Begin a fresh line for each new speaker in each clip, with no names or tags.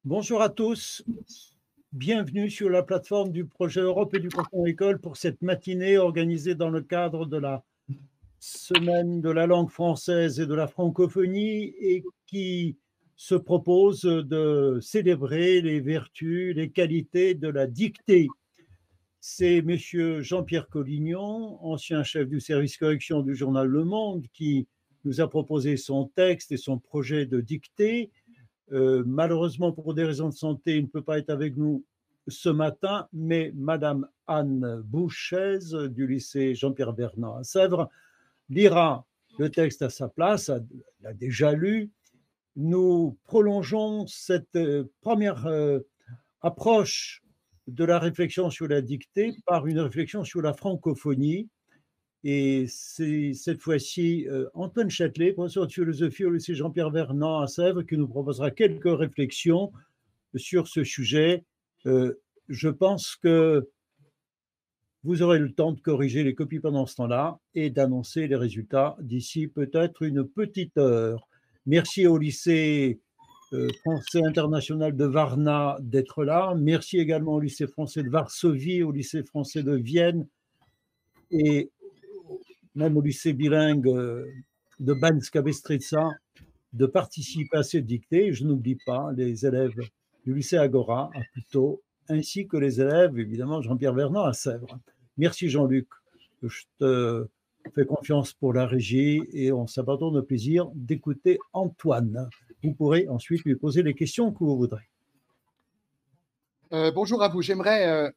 Bonjour à tous, bienvenue sur la plateforme du projet Europe Éducation École pour cette matinée organisée dans le cadre de la semaine de la langue française et de la francophonie et qui se propose de célébrer les vertus, les qualités de la dictée. C'est monsieur Jean-Pierre Collignon, ancien chef du service correction du journal Le Monde, qui nous a proposé son texte et son projet de dictée. Malheureusement, pour des raisons de santé, il ne peut pas être avec nous ce matin, mais Madame Anne Bouchez du lycée Jean-Pierre Vernant à Sèvres lira le texte à sa place, elle l'a déjà lu. Nous prolongeons cette première approche de la réflexion sur la dictée par une réflexion sur la francophonie. Et c'est cette fois-ci Antoine Châtelet, professeur de philosophie au lycée Jean-Pierre Vernant à Sèvres, qui nous proposera quelques réflexions sur ce sujet. Je pense que vous aurez le temps de corriger les copies pendant ce temps-là et d'annoncer les résultats d'ici peut-être une petite heure. Merci au lycée français international de Varna d'être là. Merci également au lycée français de Varsovie, au lycée français de Vienne et même au lycée bilingue de Banska Bystrica, de participer à cette dictée. Je n'oublie pas les élèves du lycée Agora à Puteaux, ainsi que les élèves, évidemment, Jean-Pierre Vernant à Sèvres. Merci Jean-Luc. Je te fais confiance pour la régie et on s'abandonne au plaisir d'écouter Antoine. Vous pourrez ensuite lui poser les questions que vous voudrez.
Bonjour à vous. J'aimerais,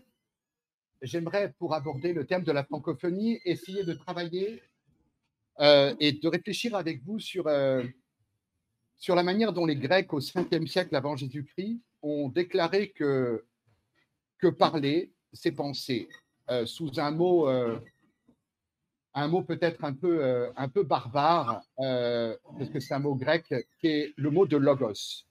pour aborder le thème de la francophonie, essayer de travailler et de réfléchir avec vous sur la manière dont les Grecs, au 5e siècle avant Jésus-Christ, ont déclaré que parler, c'est penser, sous un mot peut-être un peu barbare, parce que c'est un mot grec, qui est le mot de logos.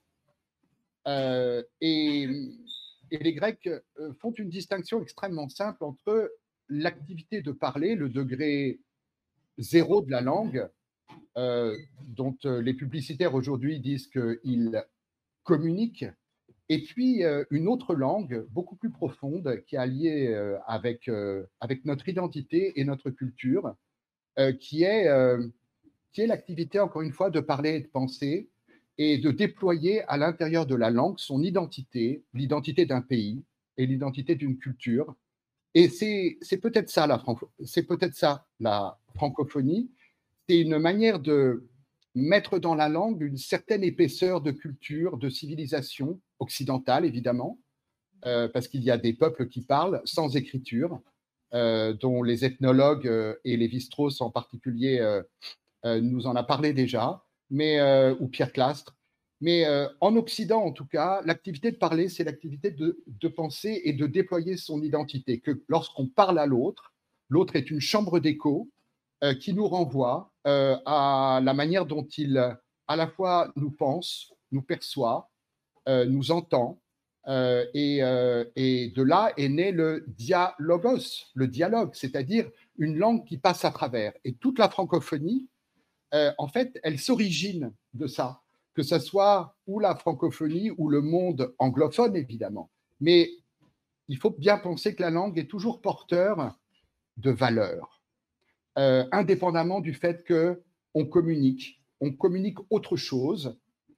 Et les Grecs font une distinction extrêmement simple entre l'activité de parler, le degré zéro de la langue, dont les publicitaires aujourd'hui disent qu'ils communiquent, et puis une autre langue beaucoup plus profonde qui est alliée avec notre identité et notre culture, qui est l'activité, encore une fois, de parler et de penser, et de déployer à l'intérieur de la langue son identité, l'identité d'un pays et l'identité d'une culture. Et c'est peut-être ça la francophonie. C'est une manière de mettre dans la langue une certaine épaisseur de culture, de civilisation occidentale, évidemment, parce qu'il y a des peuples qui parlent sans écriture, dont les ethnologues et Lévi-Strauss en particulier nous en a parlé déjà, ou Pierre Clastres. Mais en Occident, en tout cas, l'activité de parler, c'est l'activité de penser et de déployer son identité. Que lorsqu'on parle à l'autre, l'autre est une chambre d'écho qui nous renvoie à la manière dont il, à la fois, nous pense, nous perçoit, nous entend. Et de là est né le dialogos, le dialogue, c'est-à-dire une langue qui passe à travers. Et toute la francophonie, en fait, elle s'origine de ça, que ce soit ou la francophonie ou le monde anglophone, évidemment. Mais il faut bien penser que la langue est toujours porteur de valeurs, indépendamment du fait qu'on communique autre chose,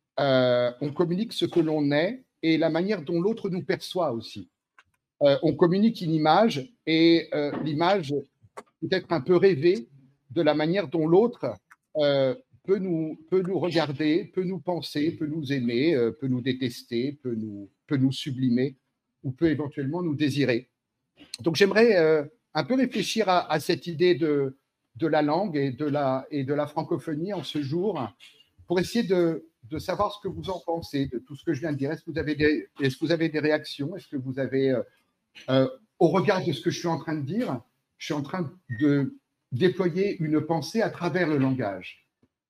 on communique ce que l'on est et la manière dont l'autre nous perçoit aussi. On communique une image et l'image peut être un peu rêvée de la manière dont l'autre peut nous regarder, peut nous penser, peut nous aimer, peut nous détester, peut nous sublimer ou peut éventuellement nous désirer. Donc j'aimerais un peu réfléchir à cette idée de la langue et de la francophonie en ce jour pour essayer de savoir ce que vous en pensez de tout ce que je viens de dire. Est-ce que vous avez des réactions? Est-ce que vous avez, au regard de ce que je suis en train de dire, je suis en train de déployer une pensée à travers le langage.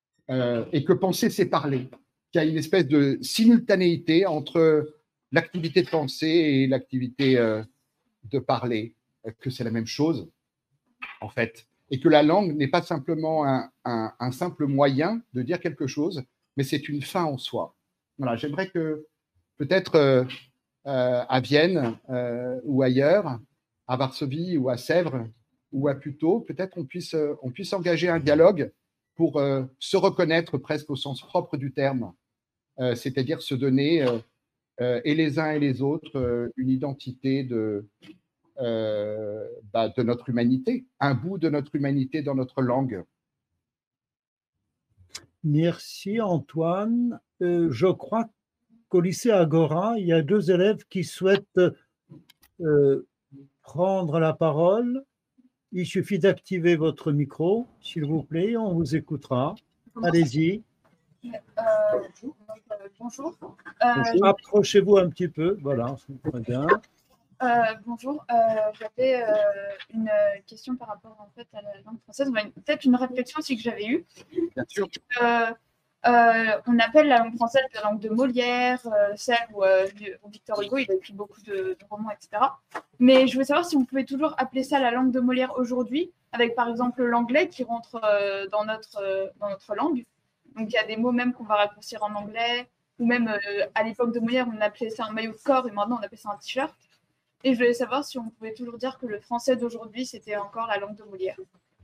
Et que penser, c'est parler. Qu'il y a une espèce de simultanéité entre l'activité de penser et l'activité de parler, que c'est la même chose, en fait. Et que la langue n'est pas simplement un simple moyen de dire quelque chose, mais c'est une fin en soi. Voilà, j'aimerais que peut-être à Vienne ou ailleurs, à Varsovie ou à Sèvres ou à Puteaux, peut-être on puisse engager un dialogue pour se reconnaître presque au sens propre du terme, c'est-à-dire se donner et les uns et les autres une identité de notre humanité, un bout de notre humanité dans notre langue.
Merci Antoine. Je crois qu'au lycée Agora, il y a 2 élèves qui souhaitent prendre la parole. Il suffit d'activer votre micro, s'il vous plaît, on vous écoutera. Allez-y.
Bonjour.
Approchez-vous un petit peu, voilà, c'est très bien.
Bonjour, j'avais une question par rapport en fait à la langue française, peut-être une réflexion aussi que j'avais eue.
Bien sûr.
On appelle la langue française la langue de Molière, celle où Victor Hugo, il a écrit beaucoup de romans, etc. Mais je voulais savoir si on pouvait toujours appeler ça la langue de Molière aujourd'hui, avec par exemple l'anglais qui rentre dans notre langue. Donc il y a des mots même qu'on va raccourcir en anglais, ou même à l'époque de Molière, on appelait ça un maillot de corps et maintenant on appelle ça un t-shirt. Et je voulais savoir si on pouvait toujours dire que le français d'aujourd'hui, c'était encore la langue de Molière.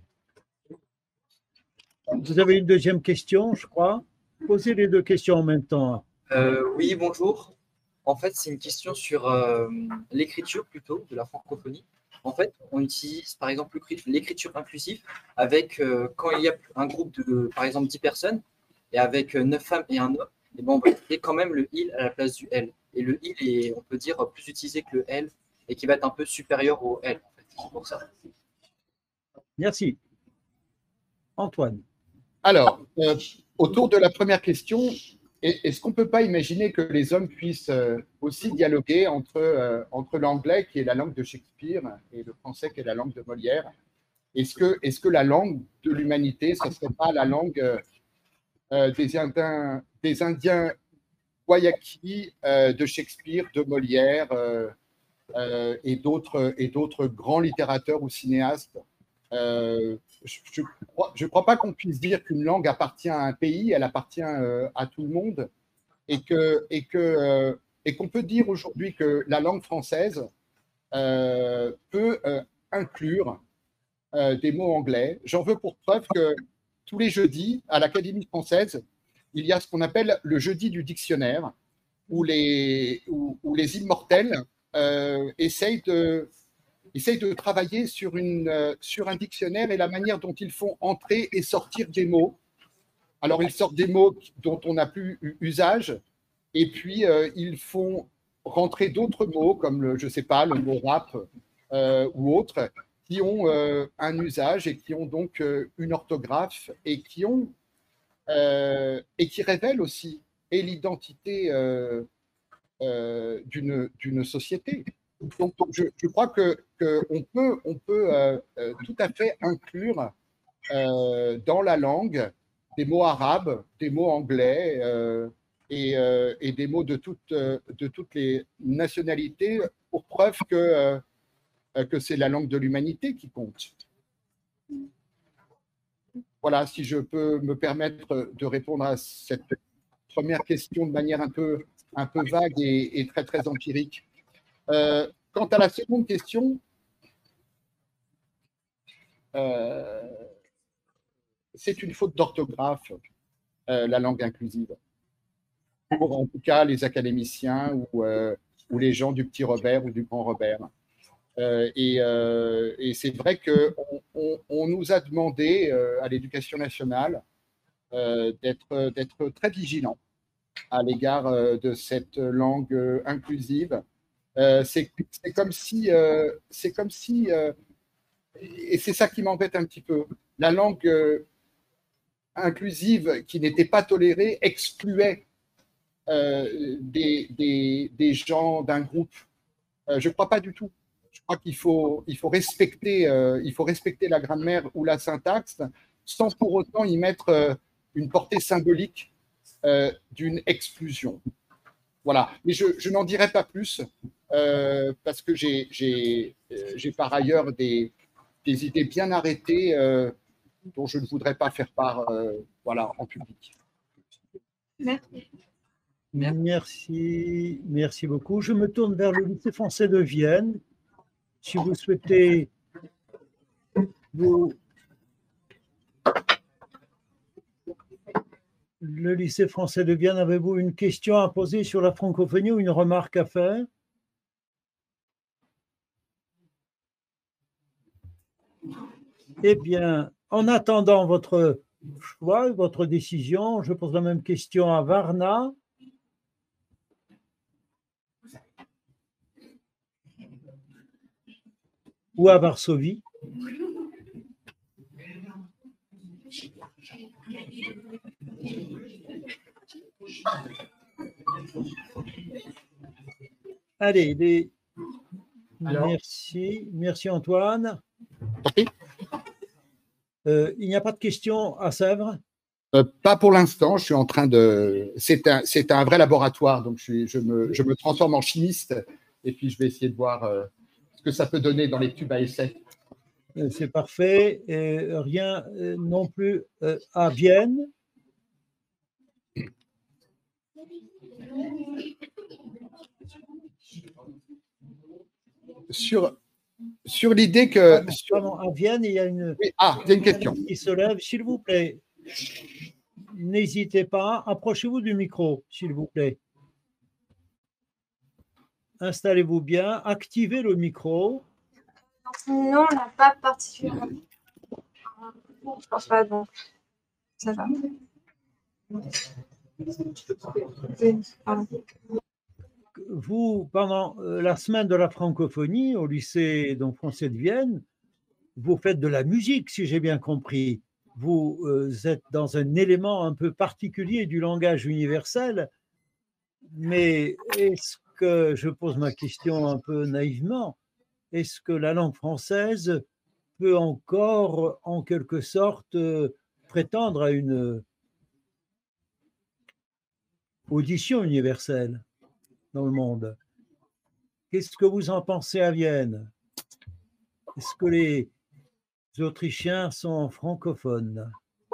Vous avez une deuxième question, je crois. Posez les 2 questions en même temps.
Oui, bonjour. En fait, c'est une question sur l'écriture plutôt de la francophonie. En fait, on utilise par exemple l'écriture inclusive avec quand il y a un groupe de, par exemple, 10 personnes et avec 9 femmes et un homme, et ben on va utiliser quand même le il à la place du elle. Et le il est, on peut dire, plus utilisé que le elle et qui va être un peu supérieur au elle. En fait. C'est pour ça.
Merci. Antoine.
Alors, autour de la première question, est-ce qu'on ne peut pas imaginer que les hommes puissent aussi dialoguer entre l'anglais, qui est la langue de Shakespeare, et le français, qui est la langue de Molière? Est-ce que la langue de l'humanité, ce ne serait pas la langue des Indiens Guayaki, de Shakespeare, de Molière et d'autres grands littérateurs ou cinéastes? Je ne crois pas qu'on puisse dire qu'une langue appartient à un pays, elle appartient à tout le monde, et qu'on peut dire aujourd'hui que la langue française peut inclure des mots anglais. J'en veux pour preuve que tous les jeudis, à l'Académie française, il y a ce qu'on appelle le jeudi du dictionnaire, où les immortels essayent de travailler sur un dictionnaire et la manière dont ils font entrer et sortir des mots. Alors, ils sortent des mots dont on n'a plus usage, et puis ils font rentrer d'autres mots, comme, je ne sais pas, le mot rap ou autre, qui ont un usage et qui ont donc une orthographe et qui révèlent aussi et l'identité d'une société. Donc, je crois qu'on peut tout à fait inclure dans la langue des mots arabes, des mots anglais et des mots de toutes les nationalités, pour preuve que c'est la langue de l'humanité qui compte. Voilà, si je peux me permettre de répondre à cette première question de manière un peu vague et très, très empirique. Quant à la seconde question, c'est une faute d'orthographe, la langue inclusive, pour en tout cas les académiciens ou les gens du petit Robert ou du grand Robert. Et c'est vrai qu'on nous a demandé à l'Éducation nationale d'être très vigilants à l'égard de cette langue inclusive. C'est comme si, et c'est ça qui m'embête un petit peu, la langue inclusive qui n'était pas tolérée excluait des gens d'un groupe. Je ne crois pas du tout. Je crois qu'il faut respecter la grammaire ou la syntaxe sans pour autant y mettre une portée symbolique d'une exclusion. Voilà, mais je n'en dirai pas plus parce que j'ai par ailleurs des idées bien arrêtées dont je ne voudrais pas faire part en public.
Merci.
Merci, merci beaucoup. Je me tourne vers le lycée français de Vienne. Si vous souhaitez le lycée français de Vienne, avez-vous une question à poser sur la francophonie ou une remarque à faire? Eh bien, en attendant votre choix, votre décision, je pose la même question à Varna. Ou à Varsovie. Allez, merci, merci Antoine. Il n'y a pas de questions à Sèvres?
Pas pour l'instant, je suis en train de… C'est un vrai laboratoire, donc je me transforme en chimiste et puis je vais essayer de voir ce que ça peut donner dans les tubes à essai.
C'est parfait. Et rien non plus à Vienne.
Sur l'idée que…
À Vienne, il y a une,
oui, il y a une question
qui se lève. S'il vous plaît, n'hésitez pas. Approchez-vous du micro, s'il vous plaît. Installez-vous bien. Activez le micro.
Non, on n'a pas particulièrement. Je pense pas, donc ça va.
Vous, pendant la semaine de la francophonie au lycée français de Vienne, vous faites de la musique, si j'ai bien compris. Vous êtes dans un élément un peu particulier du langage universel, mais est-ce que, je pose ma question un peu naïvement, est-ce que la langue française peut encore, en quelque sorte, prétendre à une audition universelle dans le monde? Qu'est-ce que vous en pensez à Vienne? Est-ce que les Autrichiens sont francophones?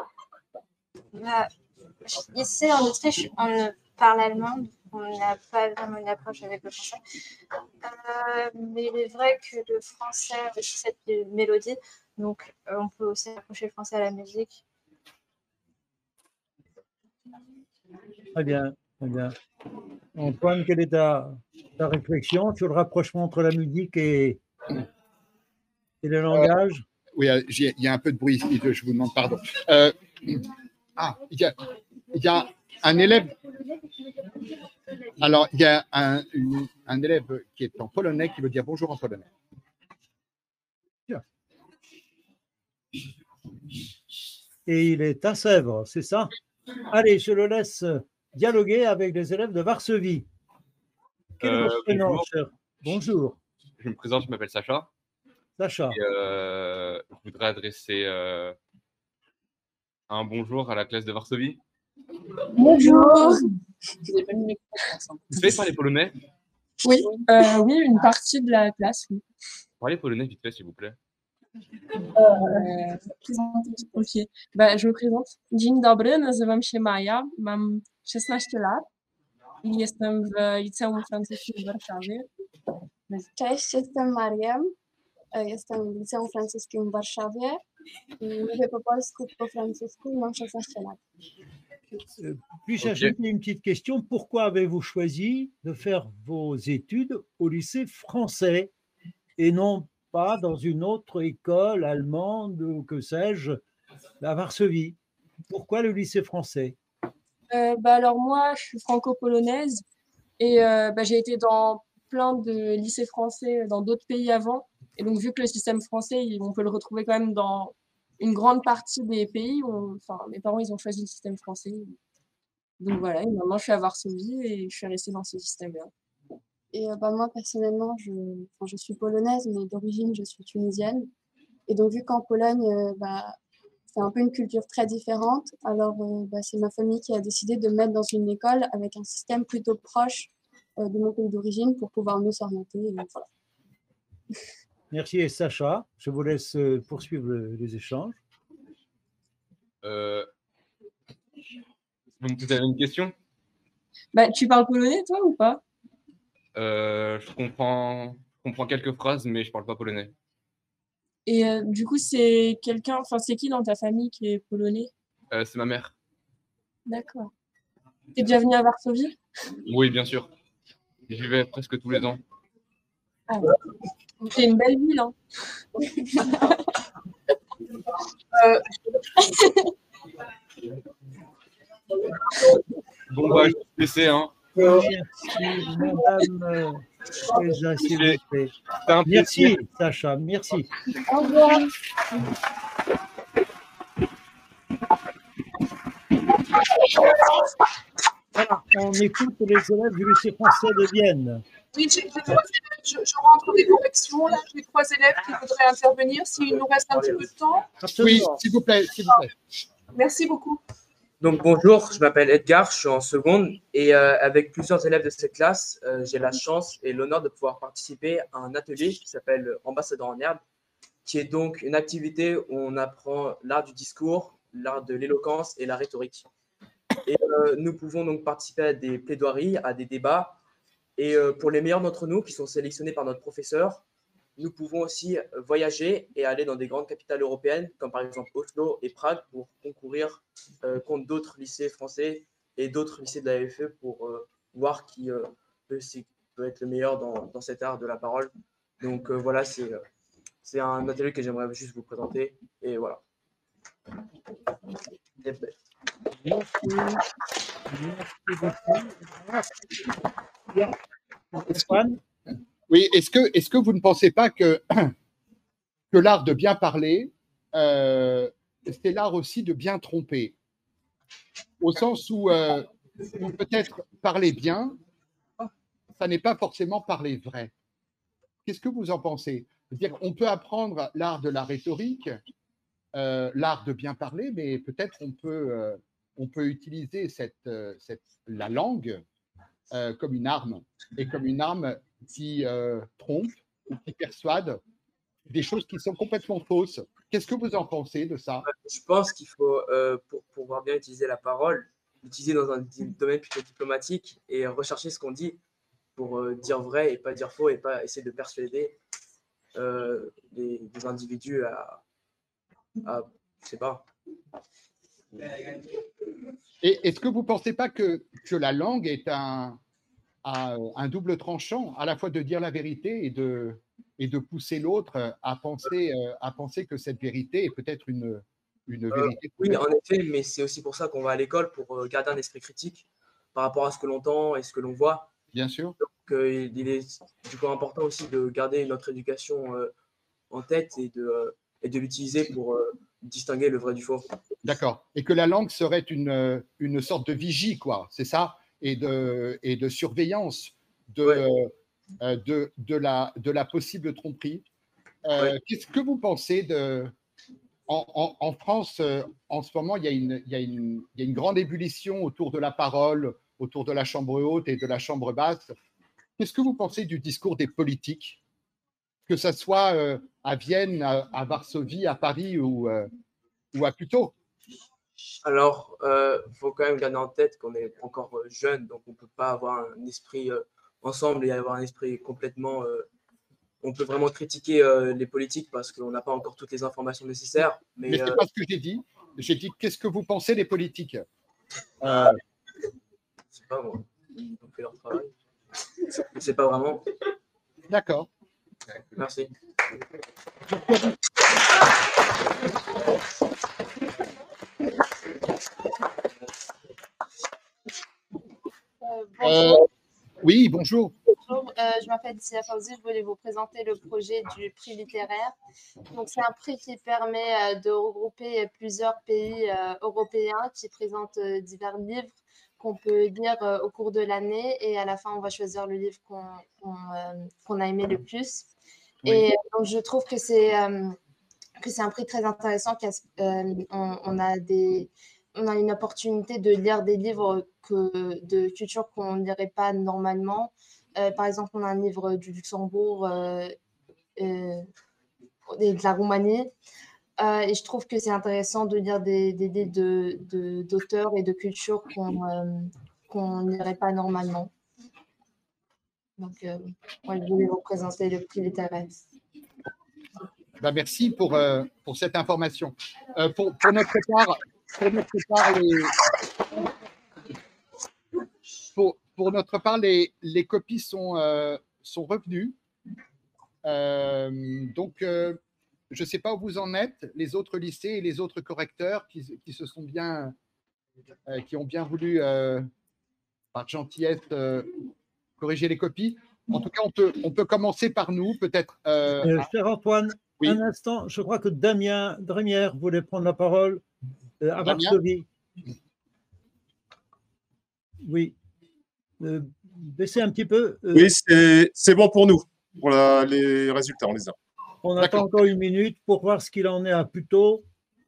Ici, en Autriche, on parle allemand, on n'a pas vraiment une approche avec le français. Mais il est vrai que le français a aussi cette mélodie, donc on peut aussi approcher le français à la musique.
Très bien, très bien. Antoine, quelle est ta réflexion sur le rapprochement entre la musique et le langage?
Oui, il y a un peu de bruit, je vous demande pardon. Il y a un élève. Alors, il y a un élève qui est en polonais qui veut dire bonjour en polonais.
Et il est à Sèvres, c'est ça? Allez, je le laisse dialoguer avec les élèves de Varsovie. Quel est votre prénom, cher? Bonjour.
Je me présente, je m'appelle Sacha.
Sacha.
Et, je voudrais adresser un bonjour à la classe de Varsovie.
Bonjour.
Vous savez parler polonais?
Oui, oui, une partie de la classe, oui.
Parlez polonais vite fait, s'il vous plaît.
Ok. Je me présente. Dzień dobry, nazywam się Maja, mam 16 lat i jestem w liceum francuskim w Warszawie.
Cześć, jestem Mariam. Jestem w liceum francuskim w Warszawie i mówię po polsku, po francusku i mam 16 lat.
Puis-je ajouter une petite question? Pourquoi avez-vous choisi de faire vos études au lycée français et non pas dans une autre école allemande ou que sais-je, à Varsovie? Pourquoi le lycée français?
Alors moi, je suis franco-polonaise et j'ai été dans plein de lycées français dans d'autres pays avant. Et donc, vu que le système français, on peut le retrouver quand même dans une grande partie des pays, mes parents, ils ont choisi le système français. Donc voilà, et maintenant je suis à Varsovie et je suis restée dans ce système-là.
Et moi, personnellement, je suis polonaise, mais d'origine, je suis tunisienne. Et donc, vu qu'en Pologne, c'est un peu une culture très différente, alors c'est ma famille qui a décidé de me mettre dans une école avec un système plutôt proche de mon pays d'origine pour pouvoir mieux s'orienter. Voilà.
Merci. Et Sacha, je vous laisse poursuivre les échanges.
Vous me posez une question?
Bah, tu parles polonais, toi, ou pas?
Je comprends quelques phrases, mais je parle pas polonais.
Et du coup, c'est quelqu'un, enfin, c'est qui dans ta famille qui est polonais?
C'est ma mère.
D'accord. T'es déjà venu à Varsovie?
Oui, bien sûr. J'y vais presque tous les ans.
Ah, c'est une belle ville, hein.
Bon, bah, je vais te laisser, hein.
Merci, madame Elsa, s'il vous plaît.
C'était un plaisir.
Merci, Sacha, merci.
Au revoir.
Voilà, on écoute les élèves du lycée français de Vienne.
Oui, j'ai 3 élèves, je rentre des corrections. Là, j'ai 3 élèves qui voudraient intervenir. S'il nous reste un petit peu de temps.
Oui, s'il vous plaît, s'il vous plaît.
Merci beaucoup.
Donc bonjour, je m'appelle Edgar, je suis en seconde et avec plusieurs élèves de cette classe, j'ai la chance et l'honneur de pouvoir participer à un atelier qui s'appelle Ambassadeur en herbe, qui est donc une activité où on apprend l'art du discours, l'art de l'éloquence et la rhétorique. Et nous pouvons donc participer à des plaidoiries, à des débats. Et pour les meilleurs d'entre nous qui sont sélectionnés par notre professeur, nous pouvons aussi voyager et aller dans des grandes capitales européennes, comme par exemple Oslo et Prague, pour concourir contre d'autres lycées français et d'autres lycées de la FE pour voir qui peut être le meilleur dans cet art de la parole. Donc voilà, c'est un atelier que j'aimerais juste vous présenter. Et voilà.
Merci. Merci beaucoup. Stéphane?
Oui, est-ce que vous ne pensez pas que l'art de bien parler, c'est l'art aussi de bien tromper, au sens où peut-être parler bien, ça n'est pas forcément parler vrai. Qu'est-ce que vous en pensez? C'est-à-dire, on peut apprendre l'art de la rhétorique, l'art de bien parler, mais peut-être on peut utiliser la langue comme une arme, et comme une arme qui trompe ou qui persuade des choses qui sont complètement fausses. Qu'est-ce que vous en pensez de ça?
Je pense qu'il faut, pour pouvoir bien utiliser la parole, l'utiliser dans un domaine plutôt diplomatique et rechercher ce qu'on dit pour dire vrai et pas dire faux et pas essayer de persuader des individus à je sais pas.
Et est-ce que vous ne pensez pas que la langue est un double tranchant, à la fois de dire la vérité et de pousser l'autre à penser que cette vérité est peut-être une vérité?
Oui, en effet, mais c'est aussi pour ça qu'on va à l'école, pour garder un esprit critique par rapport à ce que l'on entend et ce que l'on voit.
Bien sûr.
Donc, il est du coup important aussi de garder notre éducation en tête et de l'utiliser pour distinguer le vrai du faux.
D'accord. Et que la langue serait une sorte de vigie, quoi, c'est ça? Et de surveillance de la possible tromperie. Qu'est-ce que vous pensez en France, en ce moment, il y a une grande ébullition autour de la parole, autour de la chambre haute et de la chambre basse. Qu'est-ce que vous pensez du discours des politiques, que ce soit à Vienne, à Varsovie, à Paris ou à Puteaux?
Alors, faut quand même garder en tête qu'on est encore jeune, donc on peut pas avoir un esprit ensemble et avoir un esprit complètement. On peut vraiment critiquer les politiques parce qu'on n'a pas encore toutes les informations nécessaires.
Mais ce n'est pas ce que j'ai dit. J'ai dit, qu'est-ce que vous pensez des politiques?
Je sais pas, moi. Ils ont fait leur travail. Je sais pas vraiment.
D'accord.
Merci.
Bonjour.
Oui, bonjour.
Bonjour, je m'appelle Sia Fauzi, je voulais vous présenter le projet du prix littéraire. Donc, c'est un prix qui permet de regrouper plusieurs pays européens qui présentent divers livres qu'on peut lire au cours de l'année et à la fin, on va choisir le livre qu'on a aimé le plus. Oui. Et donc, je trouve que c'est un prix très intéressant. On a une opportunité de lire des livres de culture qu'on ne lirait pas normalement. Par exemple, on a un livre du Luxembourg et de la Roumanie. Et je trouve que c'est intéressant de lire des livres d'auteurs et de culture qu'on qu'on n'irait pas normalement. Donc, moi, je voulais vous présenter le prix littéraire.
Merci pour cette information. Pour notre part, pour notre part, les copies sont revenues. Donc, je ne sais pas où vous en êtes, les autres lycées et les autres correcteurs qui ont bien voulu, par gentillesse, corriger les copies. En tout cas, on peut commencer par nous, peut-être.
Cher Antoine,
oui.
Un instant, je crois que Damien Drémière voulait prendre la parole à Varsovie. Oui. Baissez un petit peu.
Oui, c'est bon pour nous. Pour les résultats, on les a.
On attend encore une minute pour voir ce qu'il en est à Puteaux.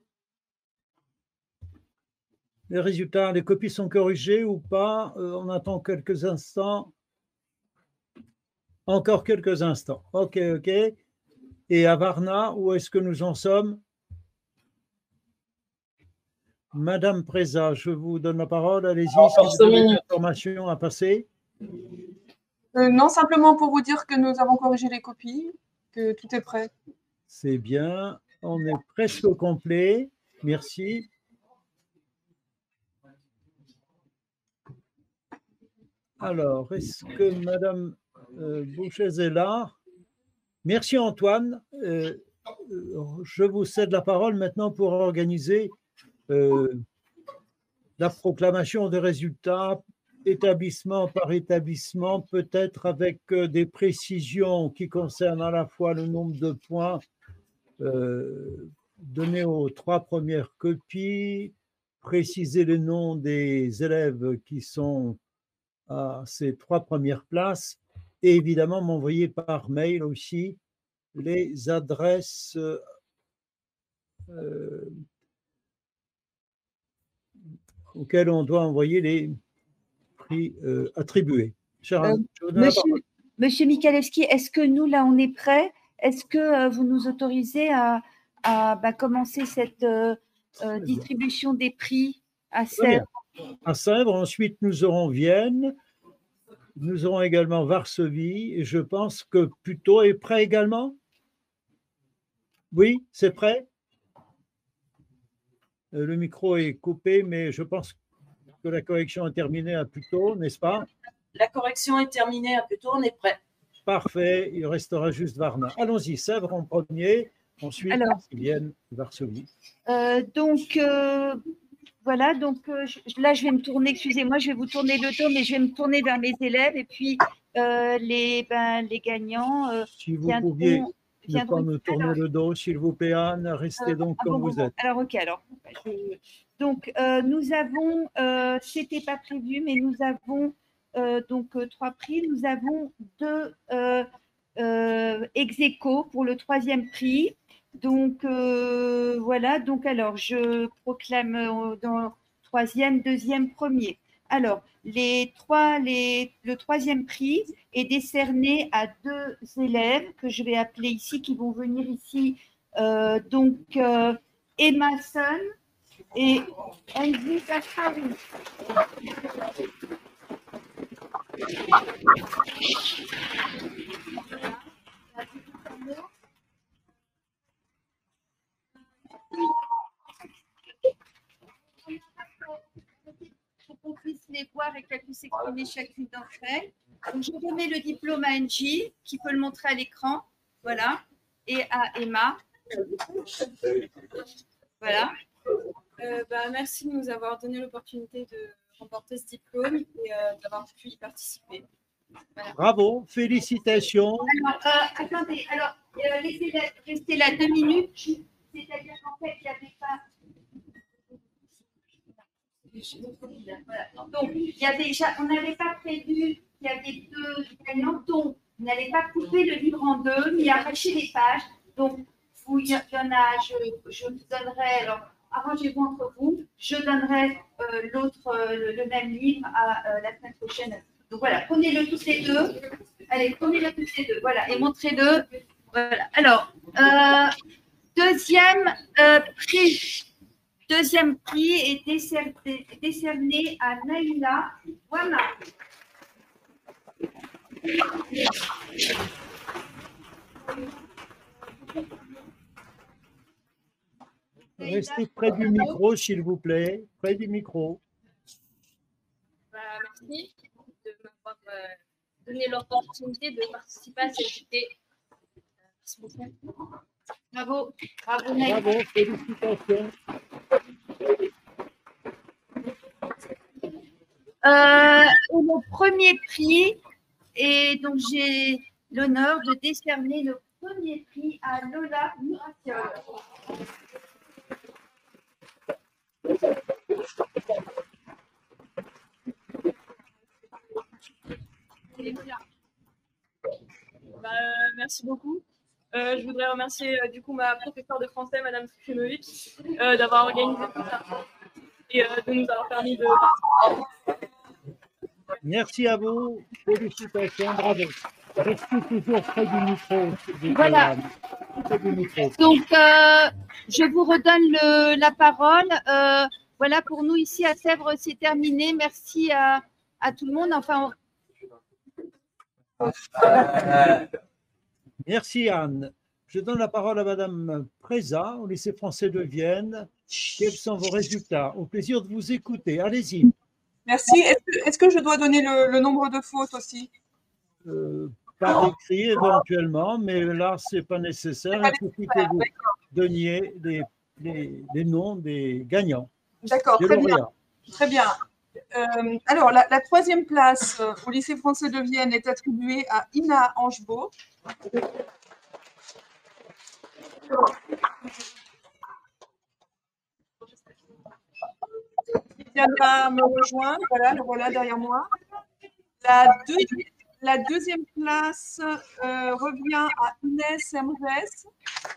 Les résultats, les copies sont corrigées ou pas? On attend quelques instants. Encore quelques instants. OK. Et à Varna, où est-ce que nous en sommes? Madame Preza, je vous donne la parole. Allez-y, si vous avez une information à passer.
Non, simplement pour vous dire que nous avons corrigé les copies, que tout est prêt.
C'est bien. On est presque au complet. Merci. Alors, est-ce que Madame Boucher est là? Merci Antoine. Je vous cède la parole maintenant pour organiser la proclamation des résultats, établissement par établissement, peut-être avec des précisions qui concernent à la fois le nombre de points donnés aux 3 premières copies, préciser les noms des élèves qui sont à ces 3 premières places et évidemment m'envoyer par mail aussi les adresses auxquelles on doit envoyer les prix attribués.
Monsieur Michalewski, est-ce que nous, là, on est prêts? Est-ce que vous nous autorisez à commencer cette distribution des prix à Sèvres?
À Sèvres, ensuite nous aurons Vienne, nous aurons également Varsovie, et je pense que Puteaux est prêt également. Oui, c'est prêt. Le micro est coupé, mais je pense que la correction est terminée à Puteaux, n'est-ce pas?
La correction est terminée à Puteaux, on est prêt.
Parfait, il restera juste Varna. Allons-y, Sèvres en premier, ensuite Vienne, Varsovie.
Voilà, donc là, je vais me tourner, excusez-moi, je vais vous tourner le dos, mais je vais me tourner vers mes élèves et puis les gagnants.
Si vous pouviez ne pas me tourner le dos, s'il vous plaît, Anne, restez donc comme vous êtes.
Alors, OK, donc, nous avons, c'était pas prévu, mais nous avons donc 3 prix. Nous avons 2 ex-aequo pour le 3e prix. Donc, voilà. Donc, alors, je proclame dans 3e, 2e, 1er. Alors, le 3e prix est décerné à 2 élèves que je vais appeler ici, qui vont venir ici. Donc, Emma Sun et Angie Kachaoui. Pour qu'on puisse les voir et qu'elles puissent exprimer chacune d'entre elles. Donc, je remets le diplôme à Angie, qui peut le montrer à l'écran. Voilà. Et à Emma. Voilà.
Merci de nous avoir donné l'opportunité de remporter ce diplôme et d'avoir pu y participer.
Voilà. Bravo, félicitations.
Alors, attendez, les élèves, restez là 2 minutes. C'est-à-dire qu'en fait, il n'y avait pas. Voilà. Donc, on n'avait pas prévu qu'il y avait 2 gagnants, donc vous n'allez pas couper le livre en 2, ni arracher les pages. Donc, il y en a, je vous donnerai, alors, arrangez-vous entre vous, je donnerai le même livre à la semaine prochaine. Donc voilà, prenez-le tous les 2. Allez, prenez-le tous les 2. Voilà, et montrez-le. Voilà. Alors, 2e prix. deuxième prix est décerné à Naïla Wama.
Restez près du micro, s'il vous plaît. Près du micro.
Merci de m'avoir donné l'opportunité de participer à cette idée. Merci beaucoup.
Bravo, bravo Naïla.
Bravo, félicitations.
Et le premier prix, et donc j'ai l'honneur de décerner le premier prix à Lola Miraciol.
Merci beaucoup. Je voudrais remercier du coup ma professeure de français, Madame Trifimovic, d'avoir organisé tout ça et de nous avoir permis de participer.
Merci à vous. Félicitations. Bravo. Restez toujours près du micro.
Voilà.
Près du micro.
Donc, je vous redonne la parole. Voilà, pour nous ici à Sèvres, c'est terminé. Merci à tout le monde. Enfin,
Merci Anne. Je donne la parole à Madame Preza, au lycée français de Vienne. Quels sont vos résultats? Au plaisir de vous écouter. Allez-y.
Merci. Est-ce que je dois donner le nombre de fautes aussi?
Par écrit éventuellement, mais là, ce n'est pas nécessaire. Il suffit que vous donniez les noms des gagnants.
D'accord, très bien. Très bien. Alors, la troisième place au lycée français de Vienne est attribuée à Ina Angebeau. Qui viendra me rejoindre. Voilà, le voilà derrière moi. La deuxième place revient à Inès Hermès.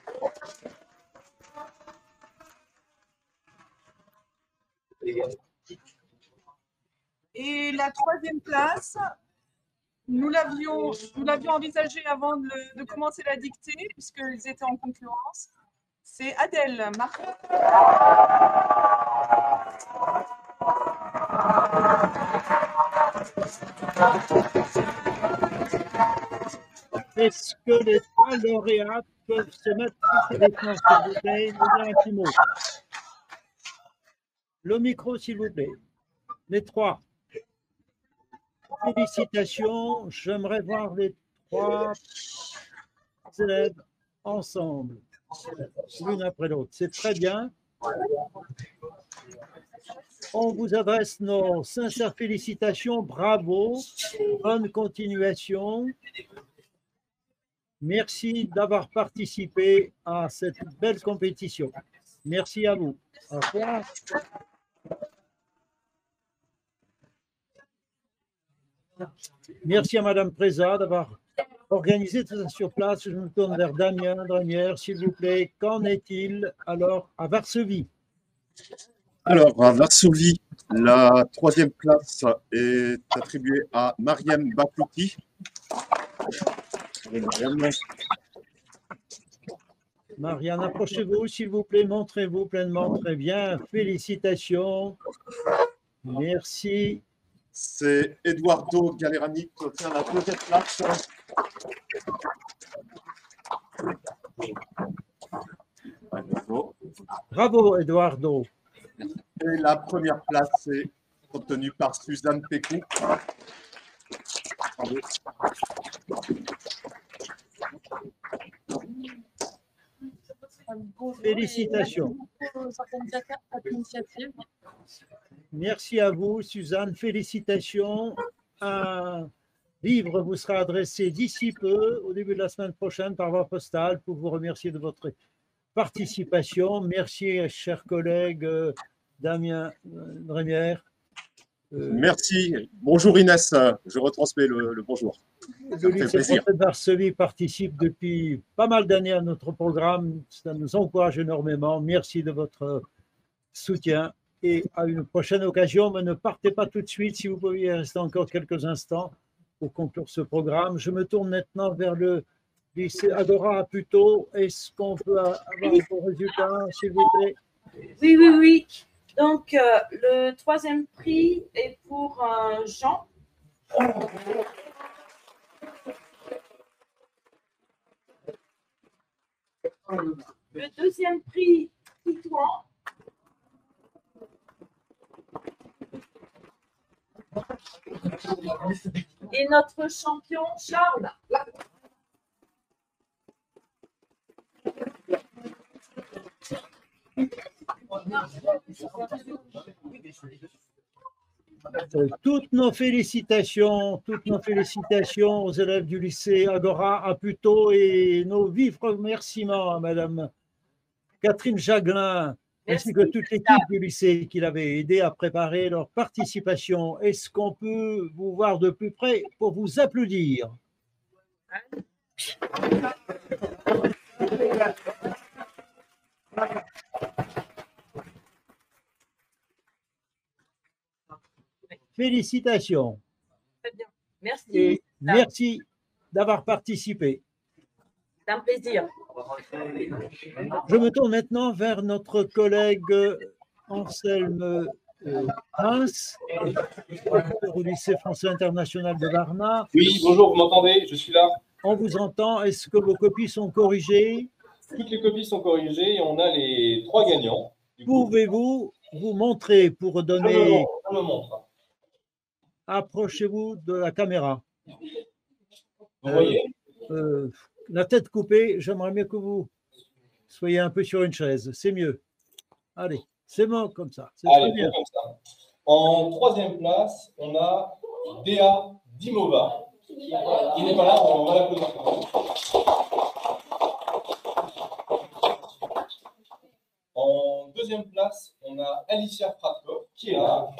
Et la troisième place, nous l'avions envisagé avant de commencer la dictée, puisqu'ils étaient en concurrence. C'est Adèle Marc.
Est-ce que les trois lauréats peuvent se mettre sur l'écran, s'il vous plaît, et nous dire un petit mot? Le micro, s'il vous plaît. Les trois. Félicitations. J'aimerais voir les trois élèves ensemble, l'une après l'autre. C'est très bien. On vous adresse nos sincères félicitations. Bravo. Bonne continuation. Merci d'avoir participé à cette belle compétition. Merci à vous. Au revoir. Merci à Madame Preza d'avoir organisé tout ça sur place. Je me tourne vers Damien Dremière, s'il vous plaît. Qu'en est-il alors à Varsovie?
Alors, à Varsovie, la troisième place est attribuée à Mariam Bakouti.
Marianne, approchez-vous, s'il vous plaît. Montrez-vous pleinement. Très bien. Félicitations. Merci.
C'est Eduardo Galerani qui obtient la deuxième place.
Bravo, Eduardo.
Et la première place est obtenue par Suzanne Pécou. Bravo.
Félicitations. Merci à vous, Suzanne. Félicitations. Un livre vous sera adressé d'ici peu, au début de la semaine prochaine, par voie postale, pour vous remercier de votre participation. Merci, chers collègues Damien Dremière.
Merci. Bonjour Inès. Je retransmets le bonjour.
Le lycée français de Varsovie participe depuis pas mal d'années à notre programme. Ça nous encourage énormément. Merci de votre soutien et à une prochaine occasion. Mais ne partez pas tout de suite si vous pouviez rester encore quelques instants pour conclure ce programme. Je me tourne maintenant vers le lycée Agora Aputo. Est-ce qu'on peut avoir vos résultats, s'il vous plaît?
Oui, oui, oui. Donc, le troisième prix est pour Jean. Le deuxième prix, Titouan. Et notre champion, Charles.
Toutes nos félicitations aux élèves du lycée Agora à Puteaux et nos vifs remerciements à Madame Catherine Jaglin ainsi que toute l'équipe du lycée qui l'avait aidé à préparer leur participation. Est-ce qu'on peut vous voir de plus près pour vous applaudir? Félicitations.
Très bien. Merci.
Et merci d'avoir participé.
C'est un plaisir.
Je me tourne maintenant vers notre collègue Anselme Prince, au lycée français international de Varna.
Oui, bonjour, vous m'entendez? Je suis là.
On vous entend. Est-ce que vos copies sont corrigées?
Toutes les copies sont corrigées et on a les 3 gagnants.
Pouvez-vous vous montrer pour donner...
Je me montre.
Approchez-vous de la caméra.
Vous voyez
la tête coupée, j'aimerais mieux que vous soyez un peu sur une chaise. C'est mieux. Allez, c'est bon comme ça. C'est très bien.
Comme ça. En 3e place, on a Déa Dimova. Il n'est pas là, on va l'applaudir. En 2e place, on a Alicia Pratkov, qui est là.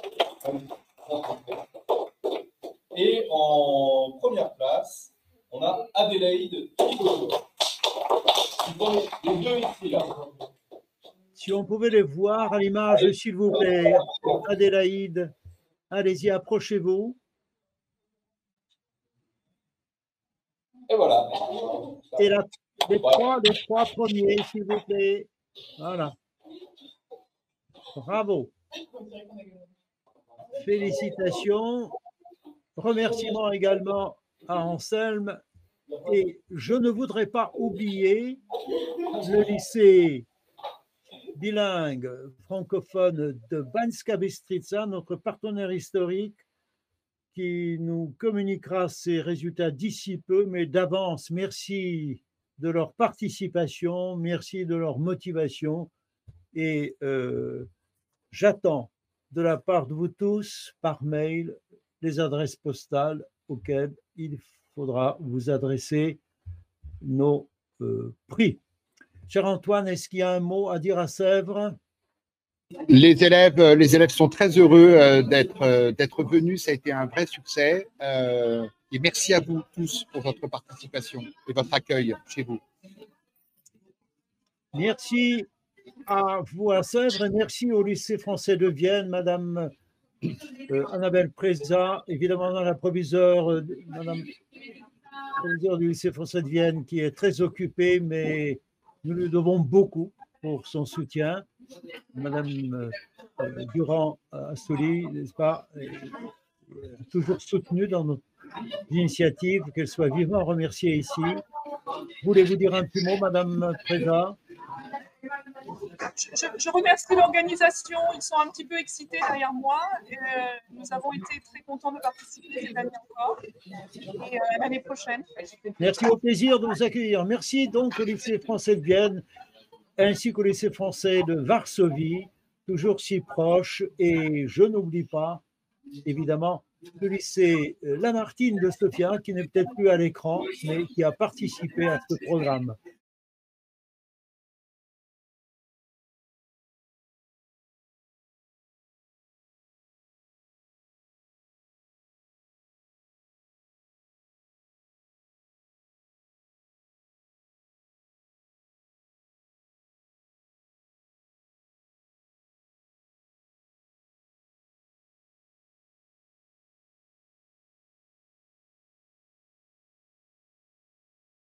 Et en 1re place, on a Adélaïde Picoto. Les deux ici, là.
Si on pouvait les voir à l'image, s'il vous plaît. Adélaïde, allez-y, approchez-vous.
Et voilà.
Et les trois premiers, s'il vous plaît. Voilà. Bravo. Félicitations. Remerciements également à Anselme. Et je ne voudrais pas oublier le lycée bilingue francophone de Banská Bystrica, notre partenaire historique, qui nous communiquera ses résultats d'ici peu, mais d'avance, merci de leur participation, merci de leur motivation, et j'attends de la part de vous tous, par mail, les adresses postales auxquelles il faudra vous adresser nos prix. Cher Antoine, est-ce qu'il y a un mot à dire à Sèvres?
Les élèves sont très heureux d'être venus. Ça a été un vrai succès. Et merci à vous tous pour votre participation et votre accueil chez vous.
Merci à vous à Sèvres et merci au lycée français de Vienne, Madame Annabelle Preza, évidemment la proviseure, Madame proviseure du lycée français de Vienne qui est très occupée, mais nous lui devons beaucoup pour son soutien. Madame Durand-Assoli, n'est-ce pas, toujours soutenue dans notre initiative, qu'elle soit vivement remerciée ici. Voulez-vous dire un petit mot, Madame Preza?
Je remercie l'organisation, ils sont un petit peu excités derrière moi. Nous avons été très contents de participer cette année encore et l'année prochaine.
Merci, au plaisir de vous accueillir. Merci donc au lycée français de Vienne ainsi qu'au lycée français de Varsovie, toujours si proche. Et je n'oublie pas, évidemment, le lycée Lamartine de Sofia, qui n'est peut-être plus à l'écran, mais qui a participé à ce programme.